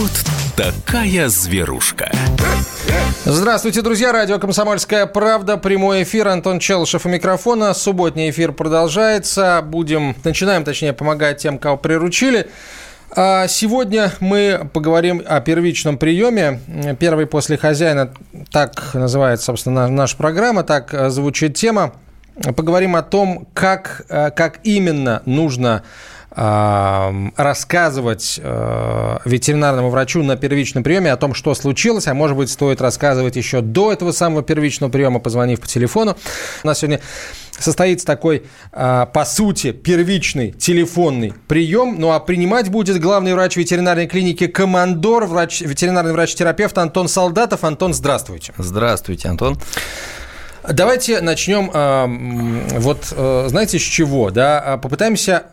Вот такая зверушка. Здравствуйте, друзья. Радио «Комсомольская правда». Прямой эфир. Антон Челышев у микрофона. Субботний эфир продолжается. Начинаем помогать тем, кого приручили. Сегодня мы поговорим о первичном приеме. Первый после хозяина. Так называется, собственно, наша программа. Так звучит тема. Поговорим о том, как именно нужно рассказывать ветеринарному врачу на первичном приеме о том, что случилось, а может быть, стоит рассказывать еще до этого самого первичного приема, позвонив по телефону. У нас сегодня состоится такой, по сути, первичный телефонный прием. Ну а принимать будет главный врач ветеринарной клиники «Командор», ветеринарный врач-терапевт Антон Солдатов. Антон, здравствуйте. Здравствуйте, Антон. Давайте начнем, знаете, с чего, да? Попытаемся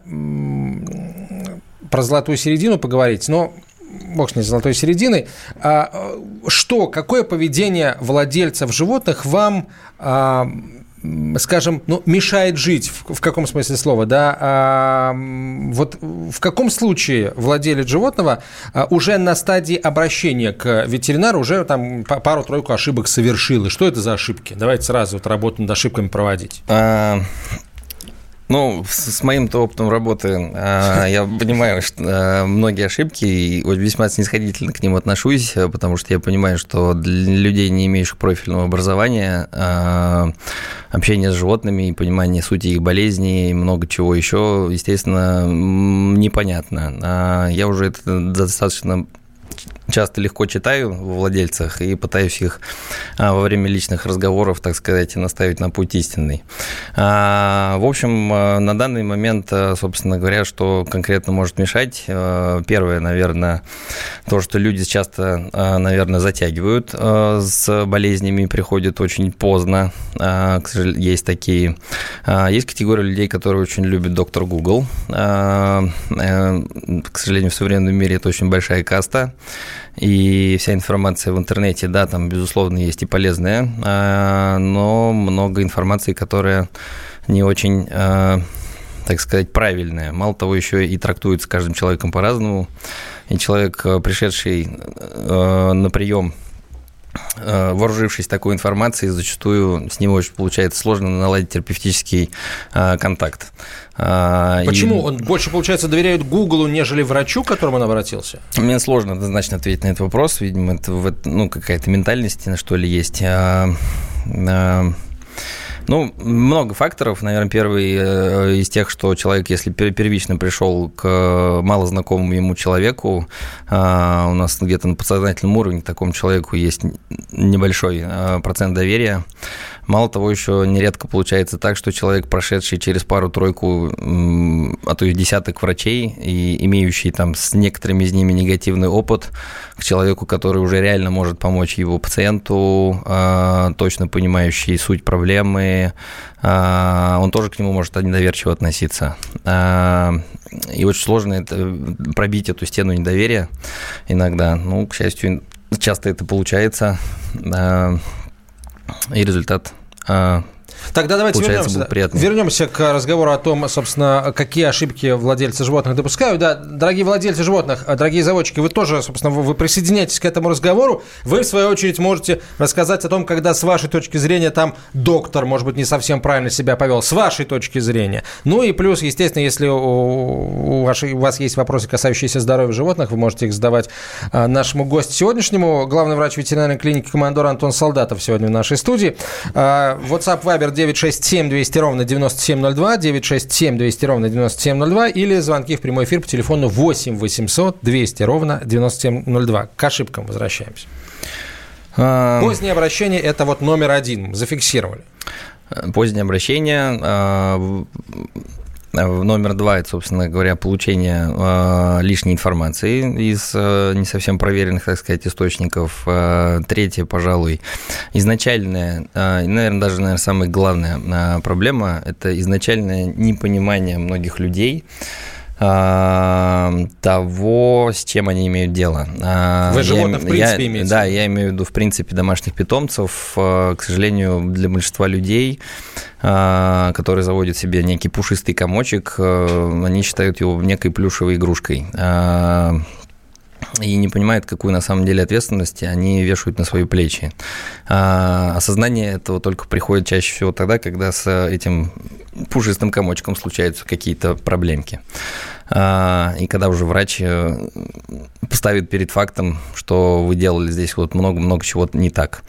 про золотую середину поговорить, но бог с ней, золотой серединой. Какое поведение владельцев животных вам, скажем, мешает жить, в каком смысле слова, да? В каком случае владелец животного уже на стадии обращения к ветеринару уже там пару-тройку ошибок совершил? И что это за ошибки? Давайте сразу работу над ошибками проводить. С моим-то опытом работы я понимаю, что многие ошибки, и весьма снисходительно к ним отношусь, потому что я понимаю, что для людей, не имеющих профильного образования, общение с животными и понимание сути их болезней и много чего еще, естественно, непонятно. Я уже это достаточно часто легко читаю во владельцах и пытаюсь их во время личных разговоров, так сказать, наставить на путь истинный. В общем, на данный момент, собственно говоря, что конкретно может мешать? Первое, наверное, то, что люди часто, наверное, затягивают с болезнями, приходят очень поздно. Есть такие. Есть категория людей, которые очень любят доктор Google. К сожалению, в современном мире это очень большая каста. И вся информация в интернете, да, там, безусловно, есть и полезная, но много информации, которая не очень, так сказать, правильная. Мало того, еще и трактуется каждым человеком по-разному. И человек, пришедший на прием, вооружившись такой информацией, зачастую с ним очень получается сложно наладить терапевтический контакт. Почему? Он больше, получается, доверяет Гуглу, нежели врачу, к которому он обратился? Мне сложно однозначно ответить на этот вопрос. Видимо, это какая-то ментальность, что ли, есть. Много факторов. Наверное, первый из тех, что человек, если первично пришел к малознакомому ему человеку, у нас где-то на подсознательном уровне к такому человеку есть небольшой процент доверия. Мало того, еще нередко получается так, что человек, прошедший через пару-тройку, а то и десяток врачей, и имеющий там с некоторыми из ними негативный опыт, к человеку, который уже реально может помочь его пациенту, точно понимающий суть проблемы, он тоже к нему может недоверчиво относиться. И очень сложно это, пробить эту стену недоверия иногда. К счастью, часто это получается. И результат Тогда давайте вернемся к разговору о том, собственно, какие ошибки владельцы животных допускают. Да, дорогие владельцы животных, дорогие заводчики, вы тоже, собственно, вы присоединяйтесь к этому разговору. Вы, в свою очередь, можете рассказать о том, когда, с вашей точки зрения, там доктор, может быть, не совсем правильно себя повел, с вашей точки зрения. Ну и плюс, естественно, если у вас есть вопросы, касающиеся здоровья животных, вы можете их задавать нашему гостю сегодняшнему, главный врач ветеринарной клиники «Командор» Антон Солдатов сегодня в нашей студии. WhatsApp, Viber 967-200-97-02, 967-200-97-02 или звонки в прямой эфир по телефону 8 800 200-97-02. К ошибкам возвращаемся. Позднее обращение – это номер один, зафиксировали. Позднее обращение. Номер два – это, собственно говоря, получение лишней информации из не совсем проверенных, так сказать, источников. Третье, пожалуй, изначальная, наверное, самая главная проблема – это изначальное непонимание многих людей того, с чем они имеют дело. Вы животных, в принципе, имеете? Да, я имею в виду, в принципе, домашних питомцев. К сожалению, для большинства людей, которые заводят себе некий пушистый комочек, они считают его некой плюшевой игрушкой. и не понимают, какую на самом деле ответственность они вешают на свои плечи. Осознание этого только приходит чаще всего тогда, когда с этим пушистым комочком случаются какие-то проблемки. И когда уже врач поставит перед фактом, что вы делали здесь вот много-много чего не так.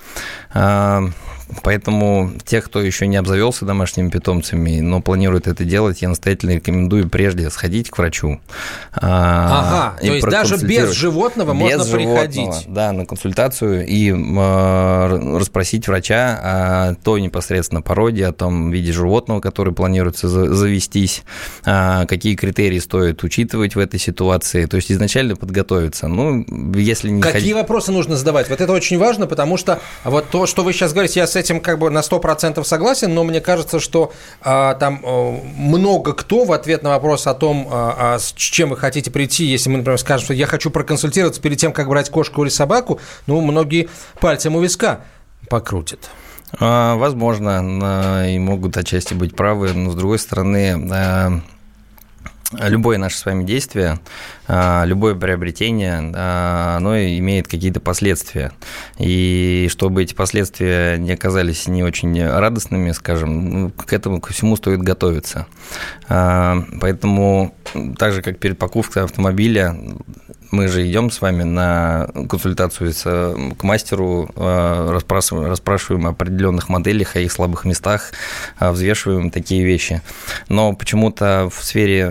Поэтому тех, кто еще не обзавелся домашними питомцами, но планирует это делать, я настоятельно рекомендую прежде сходить к врачу. То есть даже без животного можно приходить? Да, на консультацию и расспросить врача о той непосредственно породе, о том виде животного, который планируется завестись, какие критерии стоит учитывать в этой ситуации, то есть изначально подготовиться. Если не Какие вопросы нужно задавать? Вот это очень важно, потому что вот то, что вы сейчас говорите, я с этим как бы на 100% согласен, но мне кажется, что там много кто в ответ на вопрос о том, с чем вы хотите прийти, если мы, например, скажем, что я хочу проконсультироваться перед тем, как брать кошку или собаку, многие пальцем у виска покрутят. Возможно, и могут отчасти быть правы, но с другой стороны, любое наше с вами действие, любое приобретение, оно имеет какие-то последствия. И чтобы эти последствия не оказались не очень радостными, скажем, к этому ко всему стоит готовиться. Поэтому, так же, как перед покупкой автомобиля, мы же идем с вами на консультацию к мастеру, расспрашиваем о определенных моделях, о их слабых местах, взвешиваем такие вещи. Но почему-то в сфере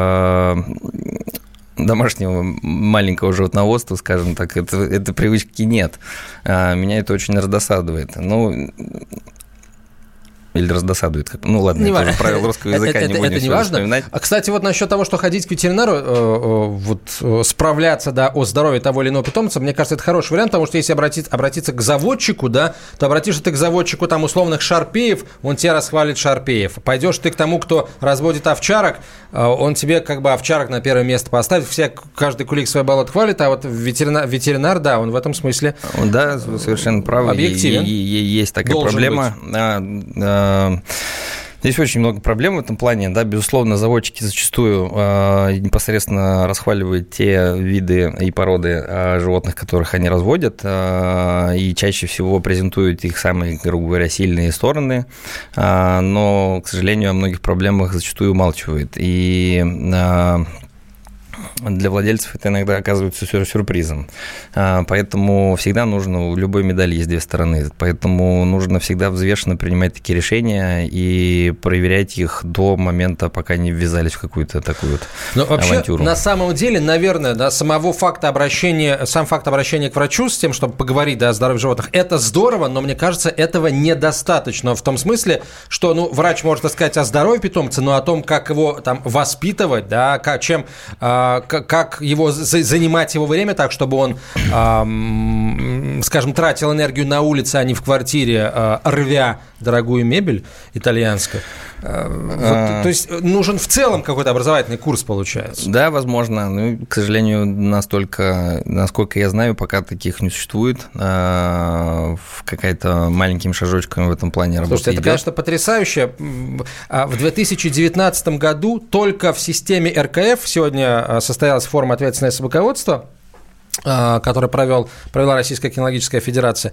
домашнего маленького животноводства, скажем так, этой привычки нет. Меня это очень раздосадует. Или раздосадует. Ладно, это уже правило русского языка, не будем все вспоминать. Кстати, вот насчет того, что ходить к ветеринару, справляться о здоровье того или иного питомца, мне кажется, это хороший вариант, потому что если обратиться к заводчику, да, то обратишься ты к заводчику там условных шарпеев, он тебе расхвалит шарпеев. Пойдешь ты к тому, кто разводит овчарок, он тебе как бы овчарок на первое место поставит, каждый кулик свой болот хвалит, а вот ветеринар, да, он в этом смысле да, совершенно правы. Объективен. Есть такая проблема. Здесь очень много проблем в этом плане. Да, безусловно, заводчики зачастую непосредственно расхваливают те виды и породы животных, которых они разводят, и чаще всего презентуют их самые, грубо говоря, сильные стороны, но, к сожалению, о многих проблемах зачастую умалчивают. И для владельцев это иногда оказывается сюрпризом. Поэтому всегда нужно, у любой медали есть две стороны, поэтому нужно всегда взвешенно принимать такие решения и проверять их до момента, пока не ввязались в какую-то такую авантюру. Вообще, на самом деле, наверное, да, сам факт обращения к врачу с тем, чтобы поговорить о здоровье животных, это здорово, но мне кажется, этого недостаточно. В том смысле, что врач может рассказать о здоровье питомца, но о том, как его там воспитывать, да, как его занимать его время так, чтобы он, скажем, тратил энергию на улице, а не в квартире, рвя дорогую мебель итальянскую. То есть нужен в целом какой-то образовательный курс, получается. Да, возможно. К сожалению, настолько, насколько я знаю, пока таких не существует. Какая-то маленькими шажочками в этом плане работа. Слушайте, это, конечно, потрясающе. В 2019 году только в системе РКФ сегодня состоялась форум «Ответственное собаководство», который провела Российская кинологическая федерация.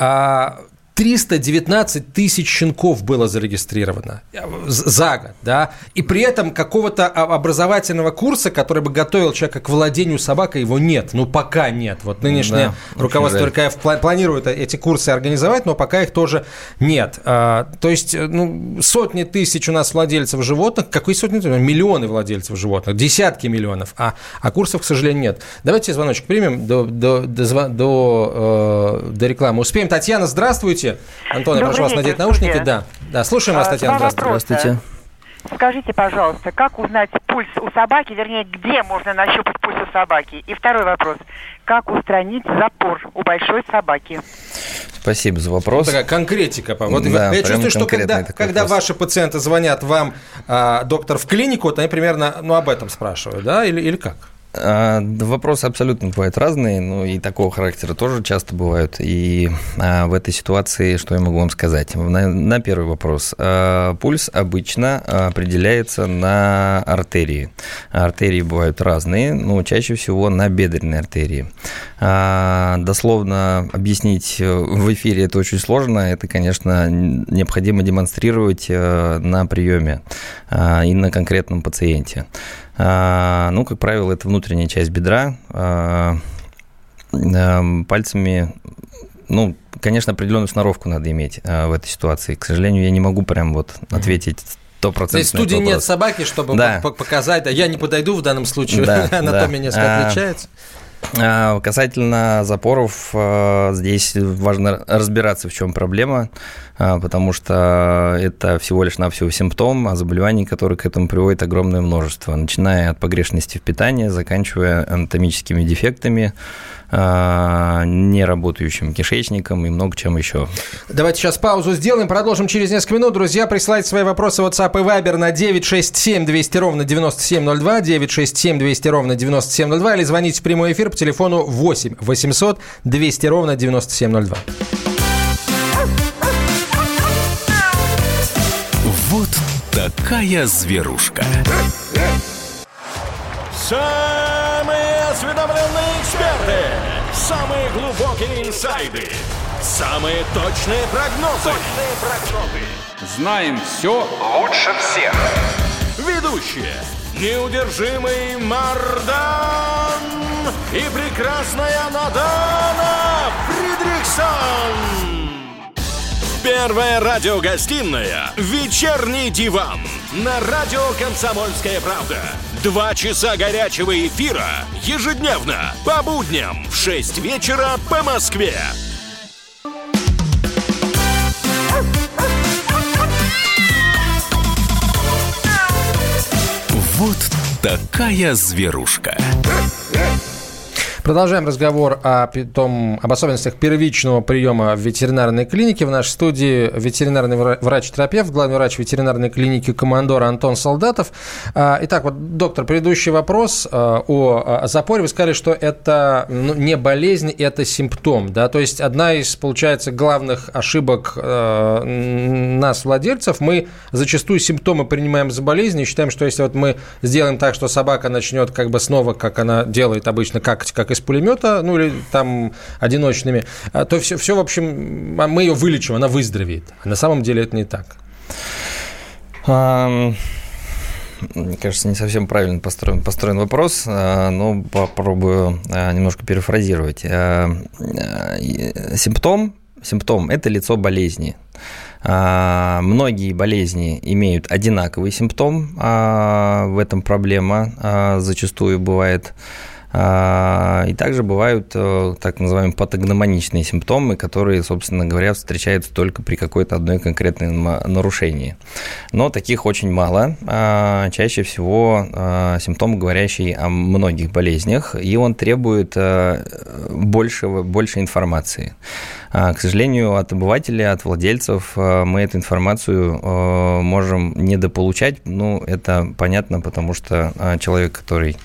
319 тысяч щенков было зарегистрировано за год, да, и при этом какого-то образовательного курса, который бы готовил человека к владению собакой, его нет, пока нет. Вот нынешнее руководство РКФ планирует эти курсы организовать, но пока их тоже нет. То есть, сотни тысяч у нас владельцев животных, какие сотни тысяч? Миллионы владельцев животных, десятки миллионов, а курсов, к сожалению, нет. Давайте звоночек примем до рекламы. Успеем. Татьяна, здравствуйте. Антон, я прошу вас надеть наушники. Да, слушаем вас, Татьяна. Здравствуйте. Скажите, пожалуйста, как узнать пульс у собаки, вернее, где можно нащупать пульс у собаки? И второй вопрос. Как устранить запор у большой собаки? Спасибо за вопрос. Такая конкретика. Вот да, я чувствую, что когда ваши пациенты звонят вам, доктор, в клинику, то они примерно об этом спрашивают, да, или как? Вопросы абсолютно бывают разные, но и такого характера тоже часто бывают. И в этой ситуации, что я могу вам сказать? На первый вопрос. Пульс обычно определяется на артерии. Артерии бывают разные, но чаще всего на бедренной артерии. Дословно объяснить в эфире это очень сложно. Это, конечно, необходимо демонстрировать на приеме и на конкретном пациенте. Как правило, это внутренняя часть бедра. Пальцами, конечно, определенную сноровку надо иметь в этой ситуации. К сожалению, я не могу прям ответить 100%. То есть в студии нет собаки, чтобы показать, я не подойду в данном случае, анатомия несколько отличается. Касательно запоров, здесь важно разбираться, в чем проблема, потому что это всего лишь навсего симптом, а заболеваний, которые к этому приводят, огромное множество, начиная от погрешности в питании, заканчивая анатомическими дефектами, неработающим кишечником и много чем еще. Давайте сейчас паузу сделаем, продолжим через несколько минут. Друзья, присылайте свои вопросы в WhatsApp и Viber на 967-200-97-02, 967-200-97-02 или звоните в прямой эфир по телефону 8 800 200-97-02. Вот такая зверушка. Самые осведомленные эксперты, самые глубокие инсайды, самые точные прогнозы. Знаем все лучше всех. Ведущие: неудержимый Мардан и прекрасная Надана Фридрихсон. Первая радиогостинная «Вечерний диван» на радио «Комсомольская правда». 2 часа горячего эфира ежедневно по будням в 6 вечера по Москве. Вот такая зверушка. Продолжаем разговор об особенностях первичного приема в ветеринарной клинике. В нашей студии ветеринарный врач-терапевт, главный врач ветеринарной клиники «Командор» Антон Солдатов. Итак, доктор, предыдущий вопрос о запоре. Вы сказали, что это не болезнь, это симптом. Да? То есть одна из, получается, главных ошибок нас, владельцев, мы зачастую симптомы принимаем за болезнь и считаем, что если мы сделаем так, что собака начнет снова, как она делает обычно, как из пулемета, или там одиночными, то все, в общем, мы ее вылечим, она выздоровеет. А на самом деле это не так. Мне кажется, не совсем правильно построен вопрос, но попробую немножко перефразировать. Симптом – это лицо болезни. Многие болезни имеют одинаковый симптом, в этом проблема зачастую бывает. И также бывают так называемые патогномоничные симптомы, которые, собственно говоря, встречаются только при какой-то одной конкретной нарушении. Но таких очень мало. Чаще всего симптом, говорящий о многих болезнях, и он требует больше информации. К сожалению, от обывателя, от владельцев мы эту информацию можем недополучать. Это понятно, потому что человек, который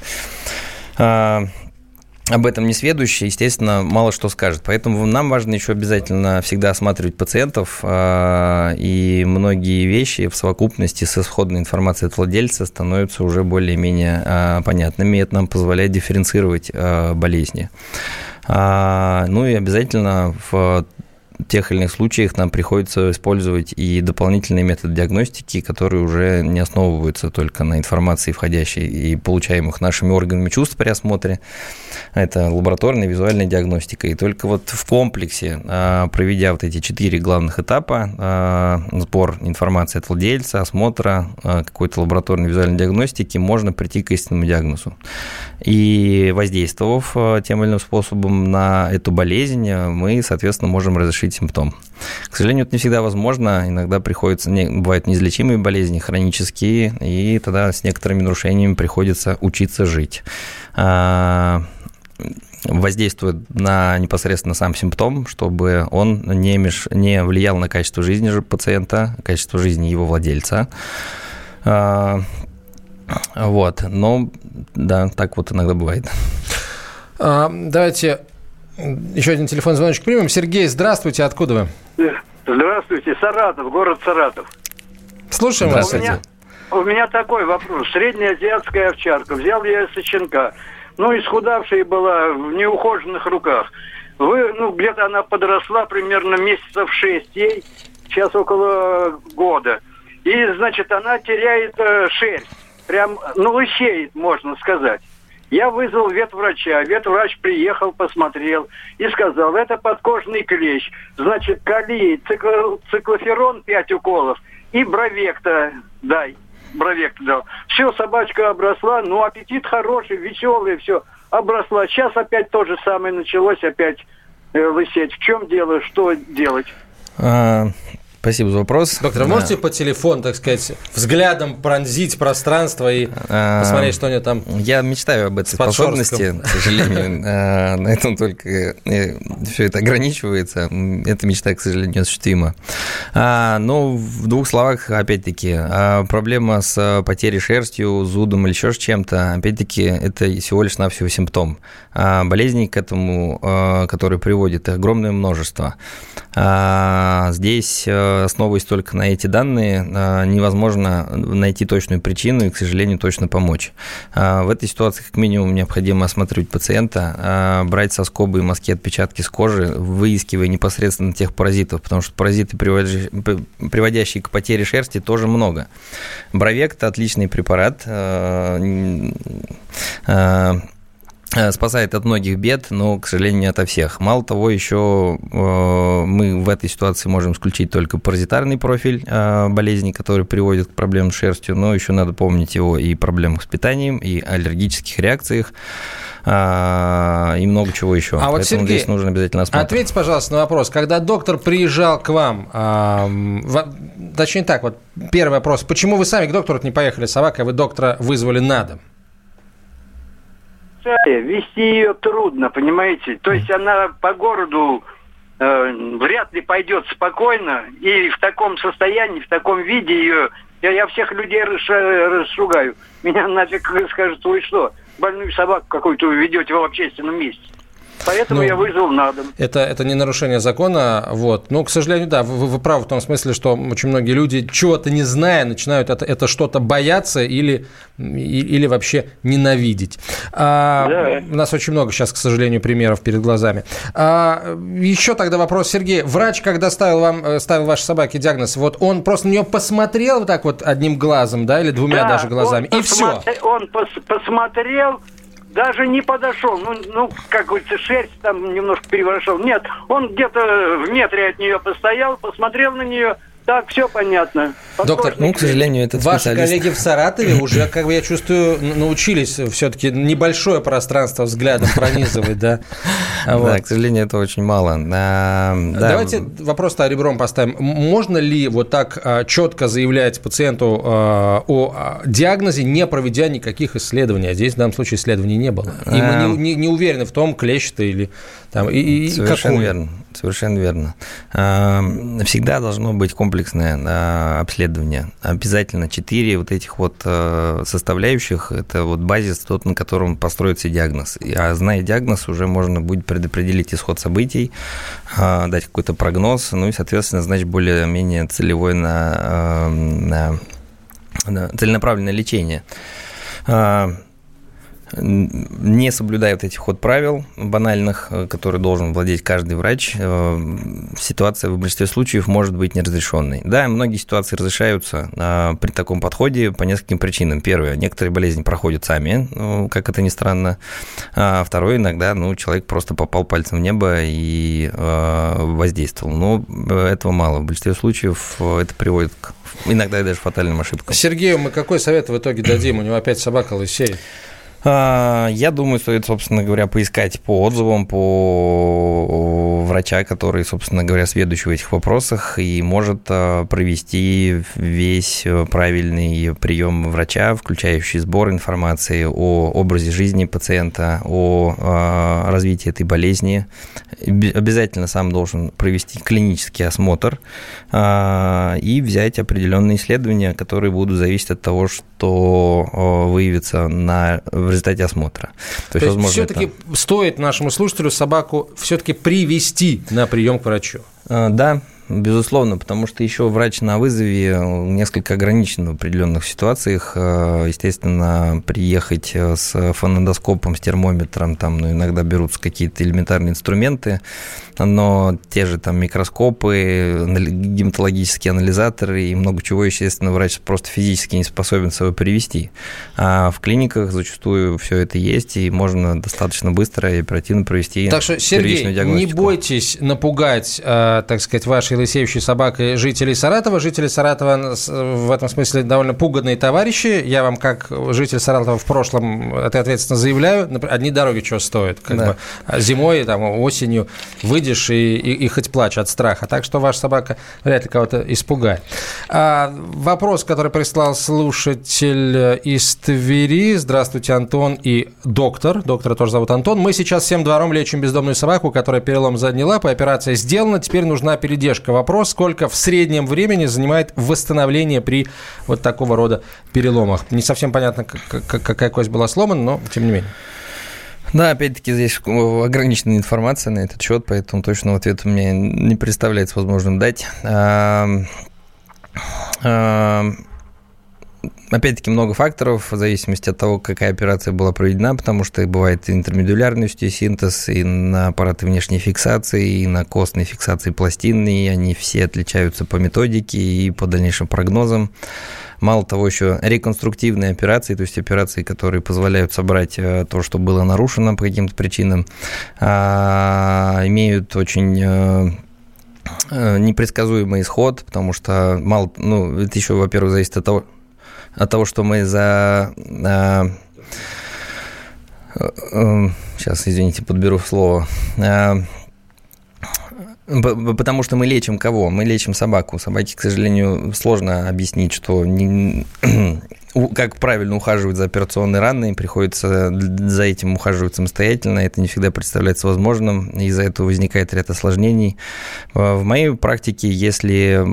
об этом не сведущий, естественно, мало что скажет. Поэтому нам важно еще обязательно всегда осматривать пациентов, и многие вещи в совокупности с исходной информацией от владельца становятся уже более-менее понятными, и это нам позволяет дифференцировать болезни. И обязательно в тех или иных случаях нам приходится использовать и дополнительные методы диагностики, которые уже не основываются только на информации, входящей и получаемых нашими органами чувств при осмотре. Это лабораторная, визуальная диагностика. И только в комплексе, проведя эти 4 главных этапа, сбор информации от владельца, осмотра, какой-то лабораторной визуальной диагностики, можно прийти к истинному диагнозу. И воздействовав тем или иным способом на эту болезнь, мы, соответственно, можем разрешить симптом. К сожалению, это не всегда возможно. Иногда бывают неизлечимые болезни, хронические, и тогда с некоторыми нарушениями приходится учиться жить. Воздействует непосредственно сам симптом, чтобы он не влиял на качество жизни пациента, качество жизни его владельца. Вот, но да, так вот иногда бывает. Давайте еще один телефонный звоночек примем. Сергей, здравствуйте, откуда вы? Здравствуйте, Саратов, город Саратов. Слушаем вас. У меня такой вопрос. Среднеазиатская овчарка. Взял я из сочинка. Исхудавшая была, в неухоженных руках. Где-то она подросла примерно месяцев 6 ей, сейчас около года. И, значит, она теряет шерсть. Прям, лысеет, можно сказать. Я вызвал ветврача. Ветврач приехал, посмотрел и сказал, это подкожный клещ. Значит, калий, циклоферон 5 уколов и бровекта дай. Бровекта дал. Все, собачка обросла, аппетит хороший, веселый, все. Обросла. Сейчас опять то же самое началось, опять лысеть. В чем дело, что делать? Спасибо за вопрос. Доктор, можете по телефону, так сказать, взглядом пронзить пространство и посмотреть, что у него там? Я мечтаю об этой способности, к сожалению. На этом только все это ограничивается. Эта мечта, к сожалению, осуществима. В двух словах, опять-таки, проблема с потерей шерстью, зудом или еще с чем-то, опять-таки, это всего лишь навсего симптом. Болезней к этому, которые приводят, огромное множество. Здесь, основываясь только на эти данные, невозможно найти точную причину и, к сожалению, точно помочь. В этой ситуации, как минимум, необходимо осматривать пациента, брать соскобы и мазки отпечатки с кожи, выискивая непосредственно тех паразитов, потому что паразиты, приводящие к потере шерсти, тоже много. Бровект – отличный препарат, спасает от многих бед, но, к сожалению, не ото всех. Мало того, еще мы в этой ситуации можем исключить только паразитарный профиль болезней, который приводит к проблемам с шерстью, но еще надо помнить его и проблемах с питанием, и аллергических реакциях, и много чего еще. А вот, Сергей, здесь нужно обязательно осмотр. Ответьте, пожалуйста, на вопрос. Когда доктор приезжал к вам, точнее так, вот первый вопрос. Почему вы сами к доктору не поехали с собакой, а вы доктора вызвали на дом? Вести ее трудно, понимаете? То есть она по городу вряд ли пойдет спокойно, и в таком состоянии, в таком виде ее... Я всех людей расшугаю. Меня нафиг скажут, вы что, больную собаку какую-то ведете в общественном месте. Поэтому я вызвал на дом. Это не нарушение закона, вот. Но, к сожалению, да, вы правы в том смысле, что очень многие люди, чего-то не зная, начинают это что-то бояться или вообще ненавидеть. Да. У нас очень много сейчас, к сожалению, примеров перед глазами. Еще тогда вопрос, Сергей. Врач, когда ставил вашей собаке диагноз, вот он просто на нее посмотрел вот так вот одним глазом, да, или двумя даже глазами, и все. Он посмотрел, даже не подошел, как говорится, шерсть там немножко переворошил. Нет, он где-то в метре от нее постоял, посмотрел на нее. Так, все понятно. Доктор, к сожалению, этот ваши коллеги в Саратове уже, я чувствую, научились все-таки небольшое пространство взглядом пронизывать, да? Да, к сожалению, это очень мало. Давайте вопрос-то ребром поставим. Можно ли вот так четко заявлять пациенту о диагнозе, не проведя никаких исследований? А здесь в данном случае исследований не было. И мы не уверены в том, клещ это или там. Совершенно верно. Совершенно верно. Всегда должно быть комплексное обследование. Обязательно 4 вот этих вот составляющих – это вот базис, тот, на котором построится диагноз. А зная диагноз, уже можно будет предопределить исход событий, дать какой-то прогноз, и, соответственно, значит, более-менее целевое целенаправленное лечение. Не соблюдая вот этих вот правил банальных, которые должен владеть каждый врач, ситуация в большинстве случаев может быть неразрешенной. Да, многие ситуации разрешаются при таком подходе по нескольким причинам. Первое, некоторые болезни проходят сами, как это ни странно. Второе, иногда человек просто попал пальцем в небо и воздействовал. Но этого мало. В большинстве случаев это приводит к иногда даже фатальным ошибкам. Сергею мы какой совет в итоге дадим? У него опять собака лысеет. Я думаю, стоит, собственно говоря, поискать по отзывам, по врача, который, собственно говоря, сведущий в этих вопросах и может провести весь правильный прием врача, включающий сбор информации о образе жизни пациента, о развитии этой болезни. Обязательно сам должен провести клинический осмотр и взять определенные исследования, которые будут зависеть от того, что выявится в результате осмотра. То есть все-таки стоит нашему слушателю собаку все-таки привести на прием к врачу? Да, безусловно, потому что еще врач на вызове несколько ограничен в определенных ситуациях. Естественно, приехать с фонендоскопом, с термометром, там, иногда берутся какие-то элементарные инструменты, но те же там микроскопы, гематологические анализаторы и много чего, естественно, врач просто физически не способен с собой привести. А в клиниках зачастую все это есть, и можно достаточно быстро и оперативно провести первичную диагностику. Так что, Сергей, не бойтесь напугать, так сказать, вашей лысеющей собакой жителей Саратова. Жители Саратова в этом смысле довольно пуганные товарищи. Я вам, как житель Саратова в прошлом, это ответственно заявляю, одни дороги чего стоят. Зимой, там, осенью выйдешь и хоть плачь от страха. Так что ваша собака вряд ли кого-то испугает. Вопрос, который прислал слушатель из Твери. Здравствуйте, Антон и доктор. Доктора тоже зовут Антон. Мы сейчас всем двором лечим бездомную собаку, у которой перелом задней лапы. Операция сделана. Теперь нужна передержка. Вопрос, сколько в среднем времени занимает восстановление при вот такого рода переломах? Не совсем понятно, какая кость была сломана, но тем не менее. Да, опять-таки здесь ограниченная информация на этот счет, поэтому точного ответа мне не представляется возможным дать. Опять-таки много факторов в зависимости от того, какая операция была проведена, потому что бывает и интермедулярный остеосинтез, и на аппараты внешней фиксации, и на костной фиксации пластины, и они все отличаются по методике и по дальнейшим прогнозам. Мало того, еще реконструктивные операции, то есть операции, которые позволяют собрать то, что было нарушено по каким-то причинам, имеют очень непредсказуемый исход, потому что это еще, во-первых, зависит от того, что мы сейчас, извините, подберу слово. Потому что мы лечим кого? Мы лечим собаку. Собаке, к сожалению, сложно объяснить, что как правильно ухаживать за операционной раной, приходится за этим ухаживать самостоятельно, это не всегда представляется возможным, из-за этого возникает ряд осложнений. В моей практике, если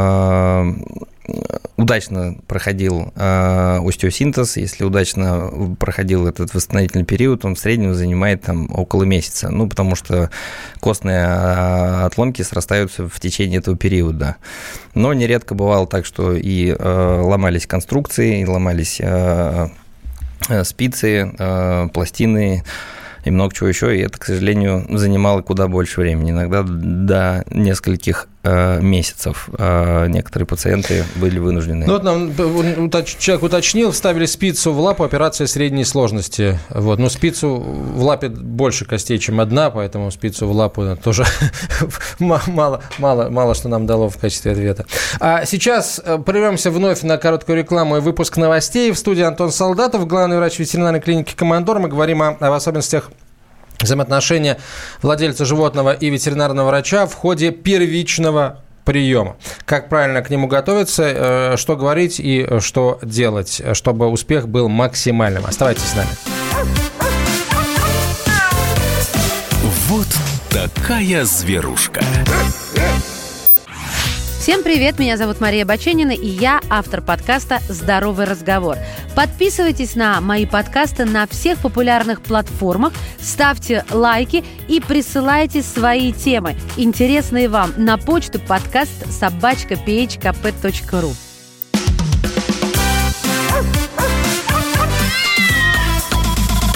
удачно проходил остеосинтез, если удачно проходил этот восстановительный период, он в среднем занимает там около месяца, потому что костные отломки срастаются в течение этого периода. Но нередко бывало так, что и ломались конструкции, и ломались спицы, пластины, и много чего еще, и это, к сожалению, занимало куда больше времени, иногда до нескольких месяцев. Некоторые пациенты были вынуждены. Человек уточнил, вставили спицу в лапу, операция средней сложности. Спицу в лапе больше костей, чем одна, поэтому спицу в лапу тоже мало что нам дало в качестве ответа. А сейчас прервемся вновь на короткую рекламу и выпуск новостей. В студии Антон Солдатов, главный врач ветеринарной клиники «Командор». Мы говорим об особенностях взаимоотношения владельца животного и ветеринарного врача в ходе первичного приема. Как правильно к нему готовиться, что говорить и что делать, чтобы успех был максимальным. Оставайтесь с нами. Вот такая зверушка. Всем привет, меня зовут Мария Баченина, и я автор подкаста «Здоровый разговор». Подписывайтесь на мои подкасты на всех популярных платформах, ставьте лайки и присылайте свои темы, интересные вам, на почту podcast@phkp.ru.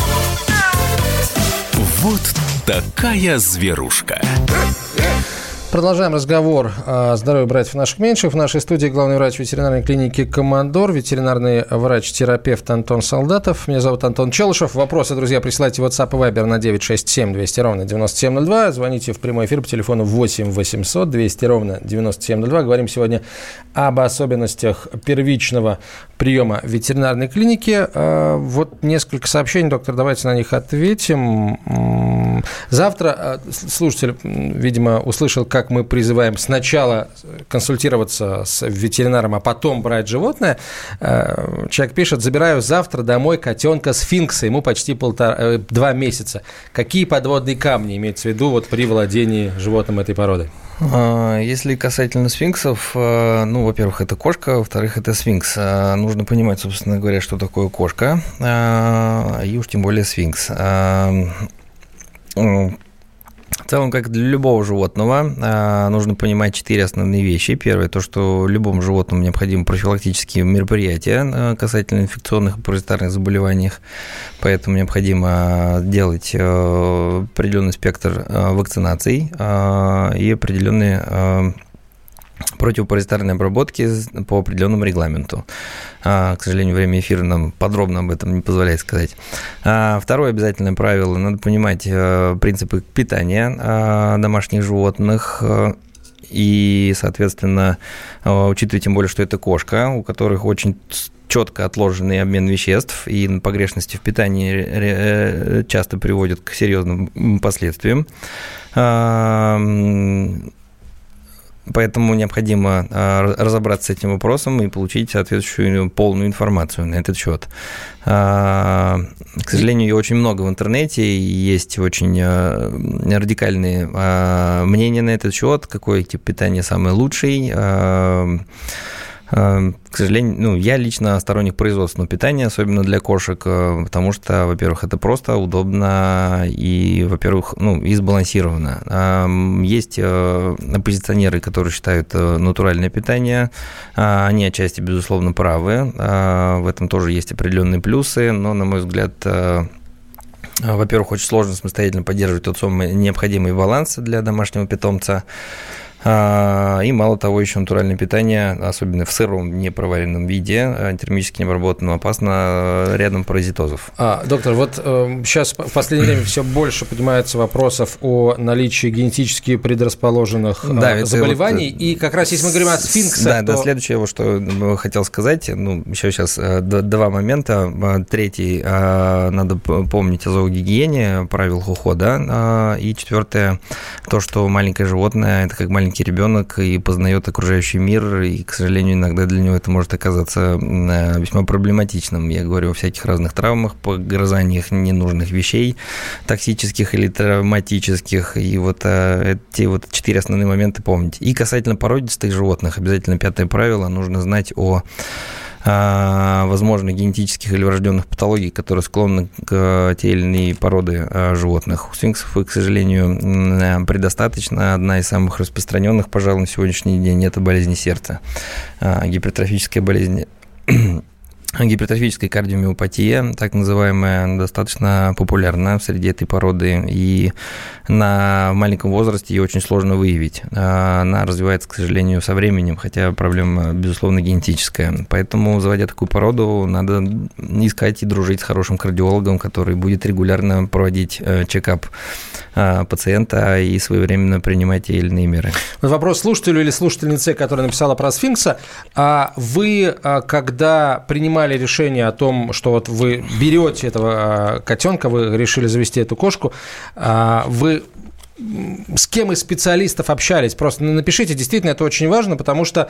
Вот такая зверушка. Продолжаем разговор о здоровье братьев наших меньших. В нашей студии главный врач ветеринарной клиники «Командор», ветеринарный врач-терапевт Антон Солдатов. Меня зовут Антон Челышев. Вопросы, друзья, присылайте в WhatsApp и Viber на 967-200-97-02. Звоните в прямой эфир по телефону 8 800 200-97-02. Говорим сегодня об особенностях первичного приема в ветеринарной клинике. Вот несколько сообщений, доктор, давайте на них ответим. Завтра слушатель, видимо, услышал, как мы призываем сначала консультироваться с ветеринаром, а потом брать животное. Человек пишет: забираю завтра домой котенка сфинкса, ему почти 2 месяца. Какие подводные камни имеется в виду вот при владении животным этой породы? Если касательно сфинксов, ну, во-первых, это кошка, во-вторых, это сфинкс. Нужно понимать, собственно говоря, что такое кошка, и уж тем более сфинкс. В целом, как для любого животного, нужно понимать 4 основные вещи. Первое, то, что любому животному необходимы профилактические мероприятия касательно инфекционных и паразитарных заболеваний, поэтому необходимо делать определенный спектр вакцинаций и определенные противопаразитарные обработки по определенному регламенту. К сожалению, время эфира нам подробно об этом не позволяет сказать. Второе обязательное правило: надо понимать принципы питания домашних животных и, соответственно, учитывая тем более, что это кошка, у которых очень четко отложенный обмен веществ, и погрешности в питании часто приводят к серьезным последствиям. Поэтому необходимо разобраться с этим вопросом и получить соответствующую полную информацию на этот счет. К сожалению, ее очень много в интернете, и есть очень радикальные мнения на этот счет, какой тип питания самый лучший. К сожалению, я лично сторонник производственного питания, особенно для кошек, потому что, во-первых, это просто, удобно и, во-первых, и сбалансировано. Есть оппозиционеры, которые считают натуральное питание, они отчасти, безусловно, правы, в этом тоже есть определенные плюсы, но, на мой взгляд, во-первых, очень сложно самостоятельно поддерживать тот самый необходимый баланс для домашнего питомца. И мало того, еще натуральное питание, особенно в сыром, непроваренном виде, термически необработанном, опасно рядом паразитозов. Доктор, вот сейчас в последнее время все больше поднимается вопросов о наличии генетически предрасположенных заболеваний. И как раз если мы говорим о сфинксах, то... следующее, что хотел сказать, еще сейчас 2 момента. Третий, надо помнить о зоогигиене, правилах ухода. И 4, то, что маленькое животное – это как маленький ребенок и познает окружающий мир, и, к сожалению, иногда для него это может оказаться весьма проблематичным. Я говорю о всяких разных травмах, погрызаниях ненужных вещей, токсических или травматических, и эти 4 основные моменты помнить. И касательно породистых животных, обязательно 5 правило, нужно знать о возможных генетических или врожденных патологий, которые склонны к те или иные породы животных. У сфинксов, к сожалению, предостаточно. Одна из самых распространенных, пожалуй, на сегодняшний день – это болезнь сердца. Гипертрофическая болезнь... Гипертрофическая кардиомиопатия, так называемая, достаточно популярна среди этой породы, и на маленьком возрасте ее очень сложно выявить. Она развивается, к сожалению, со временем, хотя проблема, безусловно, генетическая. Поэтому, заводя такую породу, надо искать и дружить с хорошим кардиологом, который будет регулярно проводить чекап пациента и своевременно принимать те или иные меры. Вопрос слушателю или слушательнице, которая написала про сфинкса. Вы, когда принимали решение о том, что вот вы берете этого котенка, вы решили завести эту кошку, вы с кем из специалистов общались? Просто напишите, действительно, это очень важно, потому что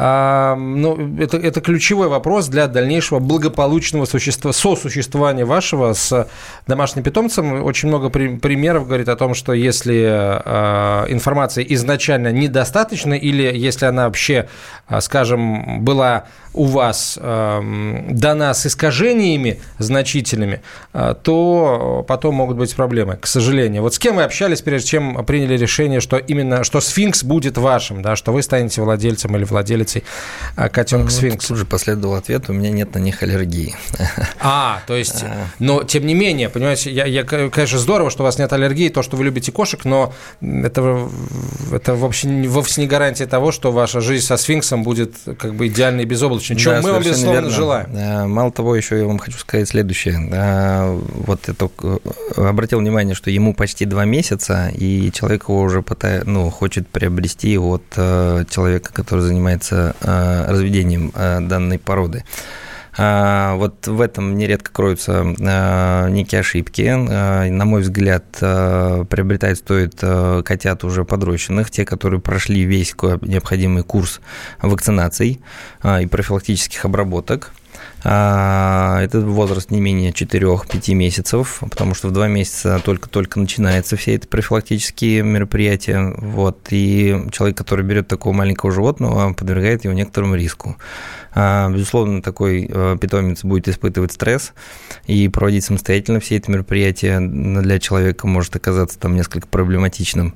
это ключевой вопрос для дальнейшего благополучного сосуществования вашего с домашним питомцем. Очень много примеров говорит о том, что если информации изначально недостаточно, или если она вообще, скажем, была у вас дана с искажениями значительными, то потом могут быть проблемы, к сожалению. Вот с кем вы общались, прежде чем зачем приняли решение, что именно что сфинкс будет вашим, да, что вы станете владельцем или владелицей котенка сфинкса? Тут же последовал ответ: у меня нет на них аллергии. То есть, но тем не менее, понимаете, конечно, здорово, что у вас нет аллергии, то, что вы любите кошек, но это вовсе не гарантия того, что ваша жизнь со сфинксом будет как бы идеальной и безоблачной, чего мы вам, безусловно, желаем. Мало того, еще я вам хочу сказать следующее. Вот это, обратил внимание, что ему почти 2 месяца, и человек его уже хочет приобрести от человека, который занимается разведением данной породы. Вот в этом нередко кроются некие ошибки. На мой взгляд, приобретать стоит котят уже подрощенных, те, которые прошли весь необходимый курс вакцинаций и профилактических обработок. Этот возраст не менее 4-5 месяцев, потому что в 2 месяца только начинаются все эти профилактические мероприятия. И человек, который берет такого маленького животного, подвергает его некоторому риску. Безусловно, такой питомец будет испытывать стресс, и проводить самостоятельно все эти мероприятия для человека может оказаться несколько проблематичным.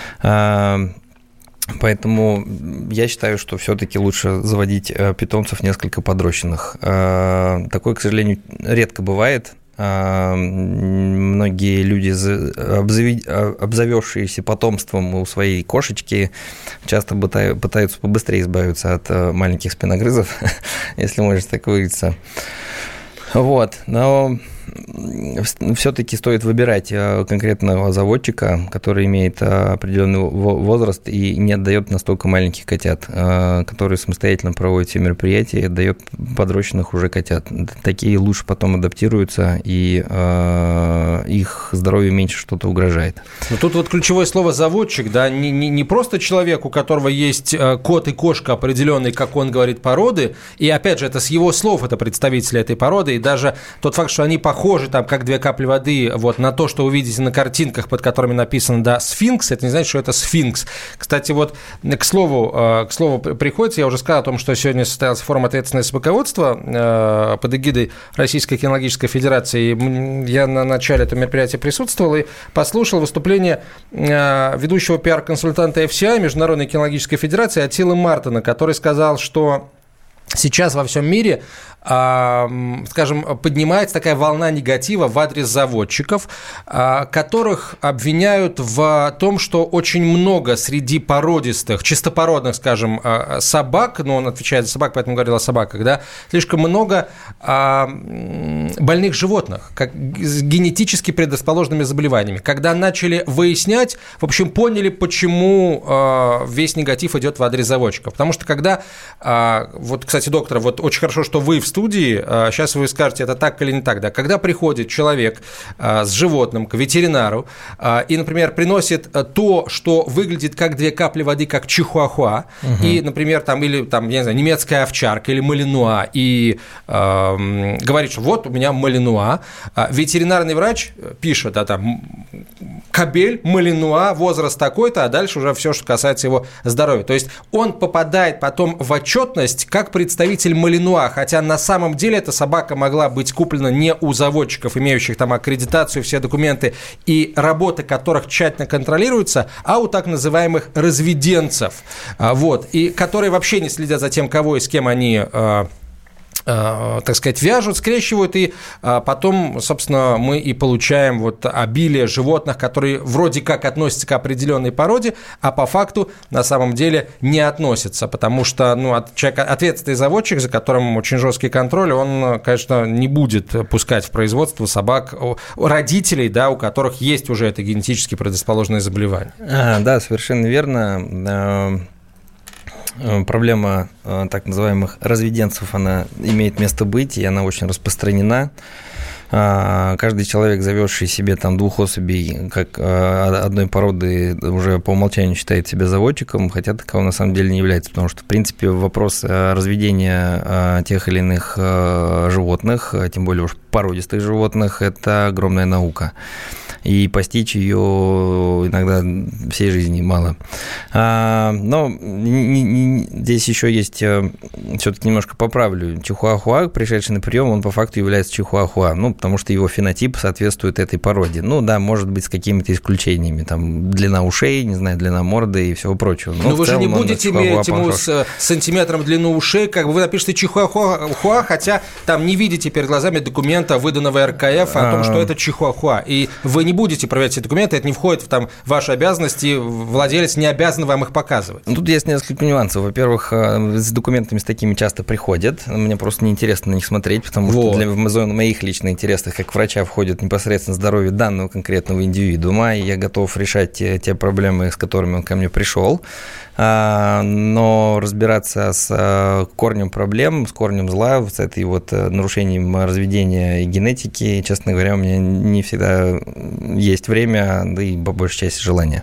Поэтому я считаю, что все-таки лучше заводить питомцев несколько подрощенных. Такое, к сожалению, редко бывает. Многие люди, обзавевшиеся потомством у своей кошечки, часто пытаются побыстрее избавиться от маленьких спиногрызов, если можно так выразиться. Но все-таки стоит выбирать конкретного заводчика, который имеет определенный возраст и не отдает настолько маленьких котят, которые самостоятельно проводят все мероприятия и отдает подрощенных уже котят. Такие лучше потом адаптируются, и их здоровью меньше что-то угрожает. Но тут ключевое слово «заводчик», да, не просто человек, у которого есть кот и кошка определенной, как он говорит, породы, и опять же, это с его слов, это представители этой породы, и даже тот факт, что они похожи, как 2 капли воды, на то, что вы видите на картинках, под которыми написано, да, сфинкс, это не значит, что это сфинкс. Кстати, к слову приходится, я уже сказал о том, что сегодня состоялся форум ответственности собаководства под эгидой Российской кинологической федерации. Я на начале этого мероприятия присутствовал и послушал выступление ведущего пиар-консультанта FCI, Международной кинологической федерации, Аттилы Мартина, который сказал, что сейчас во всем мире, поднимается такая волна негатива в адрес заводчиков, которых обвиняют в том, что очень много среди породистых, чистопородных, собак, он отвечает за собак, поэтому говорил о собаках, да, слишком много больных животных, с генетически предрасположенными заболеваниями. Когда начали выяснять, в общем, поняли, почему весь негатив идет в адрес заводчиков. Потому что когда, кстати, доктор, очень хорошо, что вы в студии, сейчас вы скажете, это так или не так, да, когда приходит человек с животным к ветеринару и, например, приносит то, что выглядит как 2 капли воды, как чихуахуа, и, например, я не знаю, немецкая овчарка или малинуа, и говорит, что вот у меня малинуа, ветеринарный врач пишет, кобель, малинуа, возраст такой-то, а дальше уже все, что касается его здоровья. То есть он попадает потом в отчетность как представитель малинуа, хотя на самом деле эта собака могла быть куплена не у заводчиков, имеющих аккредитацию, все документы и работы которых тщательно контролируются, а у так называемых разведенцев, и которые вообще не следят за тем, кого и с кем они вяжут, скрещивают, и потом, собственно, мы и получаем обилие животных, которые вроде как относятся к определенной породе, а по факту на самом деле не относятся, потому что человек, ответственный заводчик, за которым очень жесткий контроль, он, конечно, не будет пускать в производство собак родителей, да, у которых есть уже это генетически предрасположенное заболевание. Да, совершенно верно. Проблема так называемых разведенцев, она имеет место быть, и она очень распространена. Каждый человек, завезший себе 2 особей, как одной породы, уже по умолчанию считает себя заводчиком, хотя таковым на самом деле не является, потому что, в принципе, вопрос разведения тех или иных животных, тем более уж породистых животных, это огромная наука. и постичь ее иногда всей жизни мало. Но здесь еще есть, все-таки немножко поправлю, чихуахуа, пришедший на прием, он по факту является чихуахуа, потому что его фенотип соответствует этой породе. Да, может быть, с какими-то исключениями, там, длина ушей, не знаю, длина морды и всего прочего. Но вы же не будете мерить ему с сантиметром длину ушей, как бы вы напишите чихуахуа, хотя там не видите перед глазами документа, выданного РКФ, о том, что это чихуахуа. И вы не будете проверять эти документы, это не входит в ваши обязанности, владелец не обязан вам их показывать. Тут есть несколько нюансов. Во-первых, с документами с такими часто приходят. Мне просто неинтересно на них смотреть, потому что в зону моих личных интересов, как врача, входит непосредственно здоровье данного конкретного индивидуума, и я готов решать те проблемы, с которыми он ко мне пришел. Но разбираться с корнем проблем, с корнем зла, с этой нарушением разведения и генетики, честно говоря, у меня не всегда есть время, да и по большей части желание.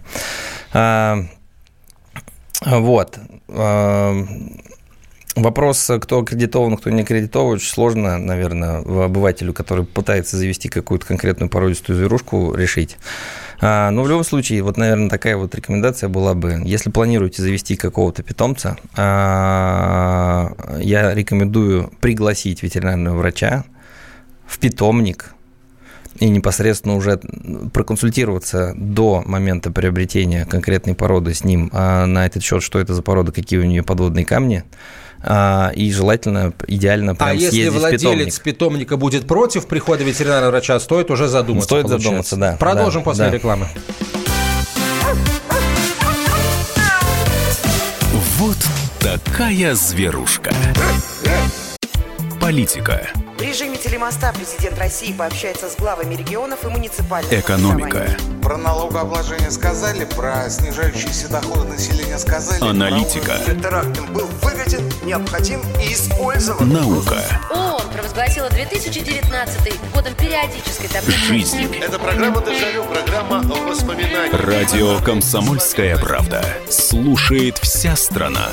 Вопрос, кто аккредитован, кто не аккредитован, очень сложно, наверное, обывателю, который пытается завести какую-то конкретную породистую зверушку, решить. Но в любом случае, наверное, такая рекомендация была бы, если планируете завести какого-то питомца, я рекомендую пригласить ветеринарного врача в питомник и непосредственно уже проконсультироваться до момента приобретения конкретной породы с ним на этот счет, что это за порода, какие у нее подводные камни. И желательно, идеально прям съездить в питомник. А если владелец питомника будет против прихода ветеринарного врача, стоит уже задуматься. Стоит задуматься, да. Продолжим после рекламы. Вот такая зверушка. Политика. В режиме телемоста президент России пообщается с главами регионов и муниципальных Экономика. Про налогообложение сказали, про снижающиеся доходы населения сказали. Аналитика. Теракт был выгоден, необходим и использован. Наука. ООН провозгласила 2019 годом периодической таблицы. Жизнь. Это программа «Дежавю», программа воспоминаний. Радио «Комсомольская правда». Слушает вся страна.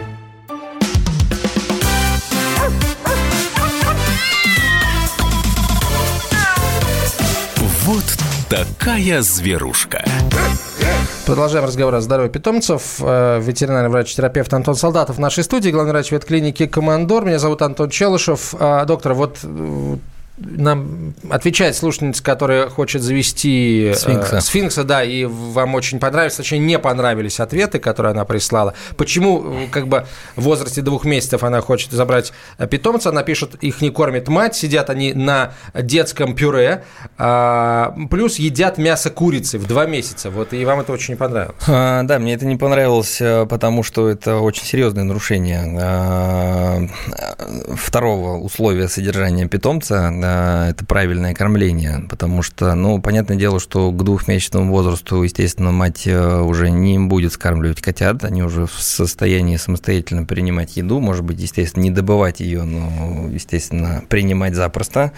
Вот такая зверушка. Продолжаем разговор о здоровье питомцев. Ветеринарный врач-терапевт Антон Солдатов в нашей студии, главный врач ветклиники «Командор». Меня зовут Антон Челышев. Доктор, нам отвечает слушательница, которая хочет завести сфинкса, да, и вам очень понравились, точнее, не понравились ответы, которые она прислала. Почему, в возрасте 2 месяцев она хочет забрать питомца, она пишет, их не кормит мать, сидят они на детском пюре, плюс едят мясо курицы в 2 месяца, и вам это очень не понравилось. Да, мне это не понравилось, потому что это очень серьезное нарушение второго условия содержания питомца. Это правильное кормление, потому что, понятное дело, что к 2-месячному возрасту, естественно, мать уже не будет скармливать котят, они уже в состоянии самостоятельно принимать еду, может быть, естественно, не добывать ее, но, естественно, принимать запросто.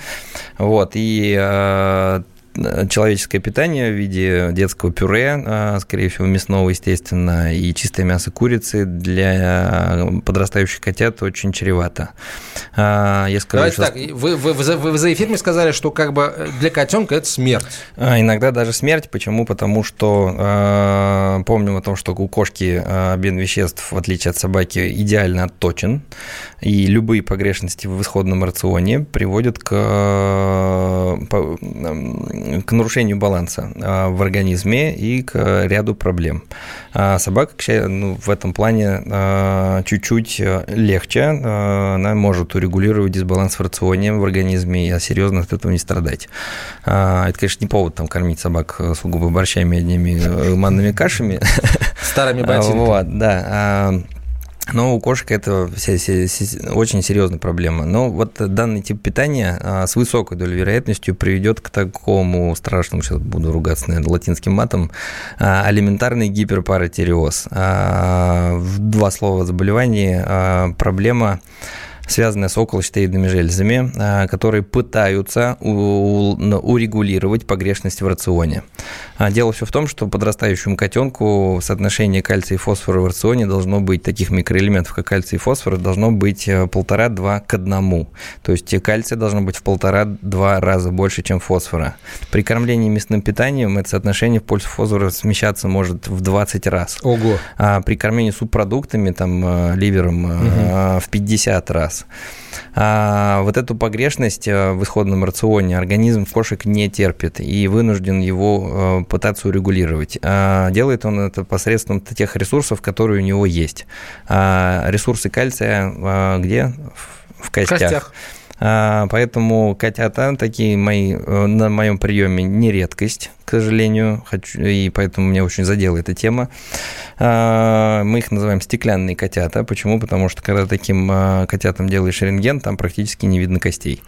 И человеческое питание в виде детского пюре, скорее всего, мясного, естественно, и чистое мясо курицы для подрастающих котят очень чревато. Я скажу, так, вы за эфиром сказали, что для котенка это смерть. Иногда даже смерть. Почему? Потому что помним о том, что у кошки обмен веществ, в отличие от собаки, идеально отточен, и любые погрешности в исходном рационе приводят к нарушению баланса в организме и к ряду проблем. Собака, в этом плане чуть-чуть легче, она может урегулировать дисбаланс в рационе в организме, а серьезно от этого не страдать. Это, конечно, не повод кормить собак сугубо борщами, одними манными кашами. Старыми ботинками. Да. Но у кошек это очень серьезная проблема. Но данный тип питания с высокой долей вероятностью приведет к такому страшному, сейчас буду ругаться, наверное, латинским матом, алиментарный гиперпаратиреоз. В 2 слова заболевание, проблема, связанная с околощитовидными железами, которые пытаются урегулировать погрешность в рационе. Дело все в том, что подрастающему котенку соотношение кальция и фосфора в рационе должно быть, таких микроэлементов, как кальций и фосфор, должно быть 1,5-2 к 1. То есть кальция должно быть в 1,5-2 раза больше, чем фосфора. При кормлении мясным питанием это соотношение в пользу фосфора смещаться может в 20 раз. Ого. А при кормлении субпродуктами, там, ливером, в 50 раз. Вот эту погрешность в исходном рационе организм кошек не терпит и вынужден его пытаться урегулировать. Делает он это посредством тех ресурсов, которые у него есть. Ресурсы кальция где? В костях. Поэтому котята такие мои на моем приеме не редкость, к сожалению, и поэтому меня очень задела эта тема. Мы их называем стеклянные котята. Почему? Потому что когда таким котятам делаешь рентген, там практически не видно костей.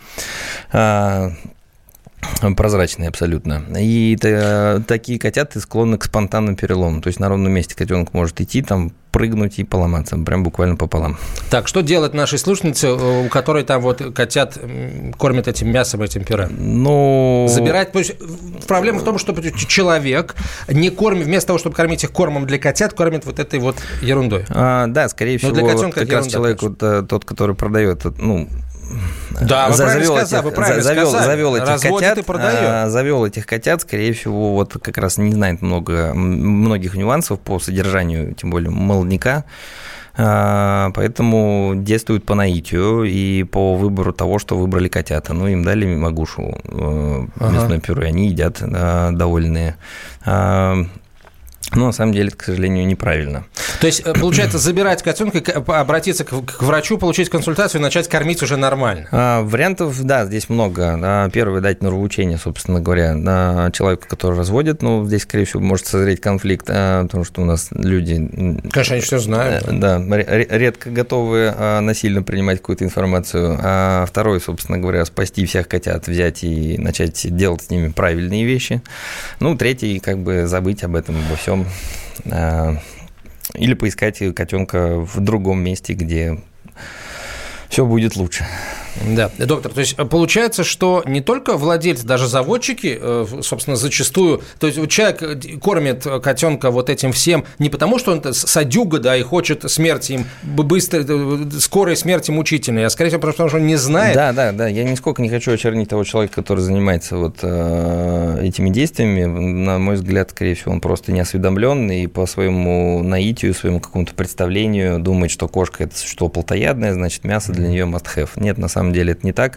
Прозрачные абсолютно. И такие котята склонны к спонтанным переломам. То есть на ровном месте котенок может идти, там прыгнуть и поломаться, прям буквально пополам. Так, что делать нашей слушательнице, у которой там вот котят кормят этим мясом, этим пюре? Забирать. То есть проблема в том, что человек не кормит, вместо того, чтобы кормить их кормом для котят, кормит вот этой вот ерундой. Да, скорее всего, для котенка как раз человек, вот, тот, который продает, да, вы завел этих котят, скорее всего, вот как раз не знает многих нюансов по содержанию, тем более молодняка, поэтому действуют по наитию и по выбору того, что выбрали котята. Им дали магушу мясное пюре, они едят довольные. Но на самом деле это, к сожалению, неправильно. То есть, получается, забирать котенка, обратиться к врачу, получить консультацию и начать кормить уже нормально? Вариантов, да, здесь много. Первое, дать нравоучение, собственно говоря, человеку, который разводит. Здесь, скорее всего, может созреть конфликт, потому что у нас люди... Конечно, они все знают. Да, редко готовы насильно принимать какую-то информацию. А второе, собственно говоря, спасти всех котят, взять и начать делать с ними правильные вещи. Третий, забыть об этом, обо всем. Или поискать котенка в другом месте, где все будет лучше. Да, доктор, то есть получается, что не только владельцы, даже заводчики, собственно, зачастую, то есть человек кормит котенка вот этим всем не потому, что он садюга, да, и хочет смерти им быстро, скорой смерти мучительной, а скорее всего, потому что он не знает. Да, я нисколько не хочу очернить того человека, который занимается вот этими действиями. На мой взгляд, скорее всего, он просто не осведомлен и по своему наитию, своему какому-то представлению думает, что кошка – это существо плотоядное, значит, мясо для нее must have. Нет, на самом деле это не так.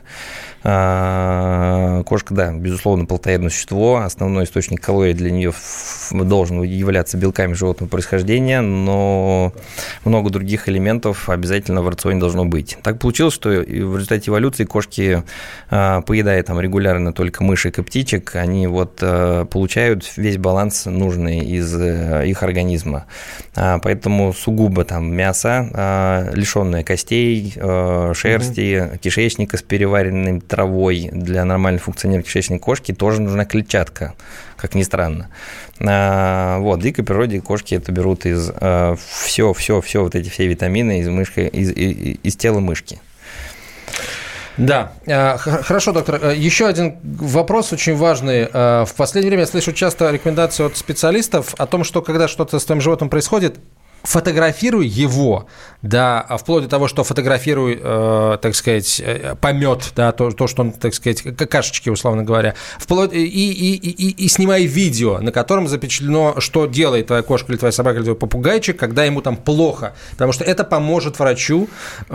Кошка, да, безусловно, плотоядное существо. Основной источник калорий для нее должен являться белками животного происхождения, но много других элементов обязательно в рационе должно быть. Так получилось, что в результате эволюции кошки, поедая там регулярно только мышек и птичек, они вот получают весь баланс нужный из их организма. Поэтому сугубо там мясо, лишенное костей, шерсти, кишечника с переваренной травой для нормального функционирования кишечной кошки тоже нужна клетчатка, как ни странно. В дикой природе кошки это берут из все вот эти все витамины из тела мышки. Да, хорошо, доктор. Еще один вопрос очень важный. В последнее время я слышу часто рекомендации от специалистов о том, что когда что-то с твоим животным происходит, фотографируй его, да, вплоть до того, что фотографируй, так сказать, помет, да, то, что он, так сказать, какашечки, условно говоря, и снимай видео, на котором запечатлено, что делает твоя кошка или твоя собака или твой попугайчик, когда ему там плохо, потому что это поможет врачу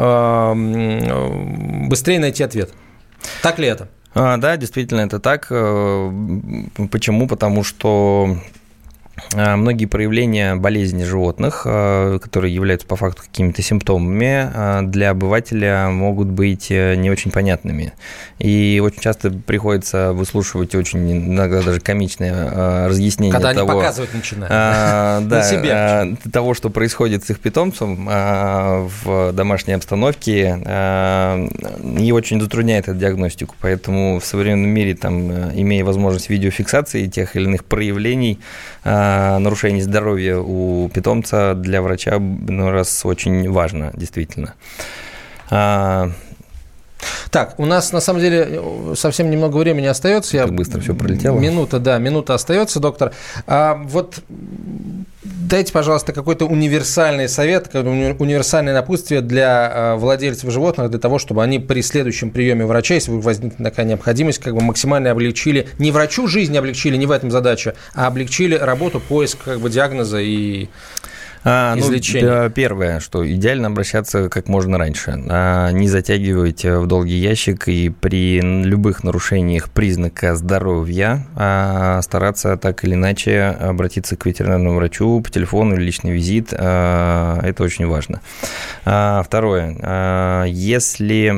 быстрее найти ответ. Так ли это? Да, действительно, это так. Почему? Потому что многие проявления болезни животных, которые являются по факту какими-то симптомами, для обывателя могут быть не очень понятными. И очень часто приходится выслушивать очень иногда даже комичное разъяснение когда того, они показывать начинают. Того, что происходит с их питомцем в домашней обстановке, и очень затрудняет эту диагностику. Поэтому в современном мире, имея возможность видеофиксации тех или иных проявлений нарушений здоровья у питомца, для врача очень важно, действительно. Так, у нас, на самом деле, совсем немного времени остается. Как быстро все пролетело. Минута остается, доктор. Вот дайте, пожалуйста, какой-то универсальный совет, универсальное напутствие для владельцев животных, для того, чтобы они при следующем приеме врача, если возникнет такая необходимость, как бы максимально облегчили, не врачу жизнь облегчили, не в этом задача, а облегчили работу, поиск как бы диагноза и излечения. Первое, что идеально обращаться как можно раньше. Не затягивать в долгий ящик и при любых нарушениях признака здоровья стараться так или иначе обратиться к ветеринарному врачу по телефону или личный визит. Это очень важно. Второе. Если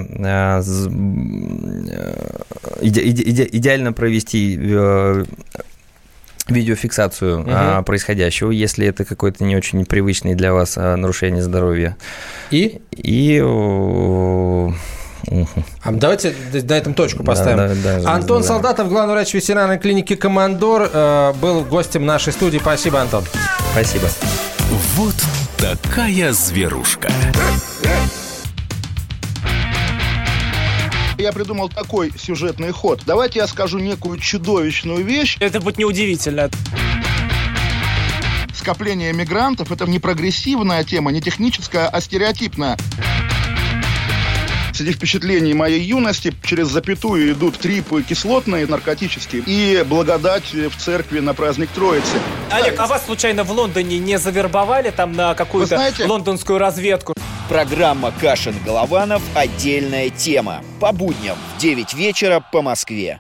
идеально провести видеофиксацию происходящего, если это какое-то не очень непривычное для вас нарушение здоровья. Давайте на этом точку поставим. Антон Солдатов, главный врач ветеринарной клиники «Командор», был гостем нашей студии. Спасибо, Антон. Спасибо. Вот такая зверушка. Я придумал такой сюжетный ход. Давайте я скажу некую чудовищную вещь. Это будет неудивительно. Скопление мигрантов – это не прогрессивная тема, не техническая, а стереотипная. Среди впечатлений моей юности через запятую идут трипы кислотные, наркотические, и благодать в церкви на праздник Троицы. Олег, а вас случайно в Лондоне не завербовали там на какую-то лондонскую разведку? Программа «Кашин-Голованов. Отдельная тема». По будням в 9 вечера по Москве.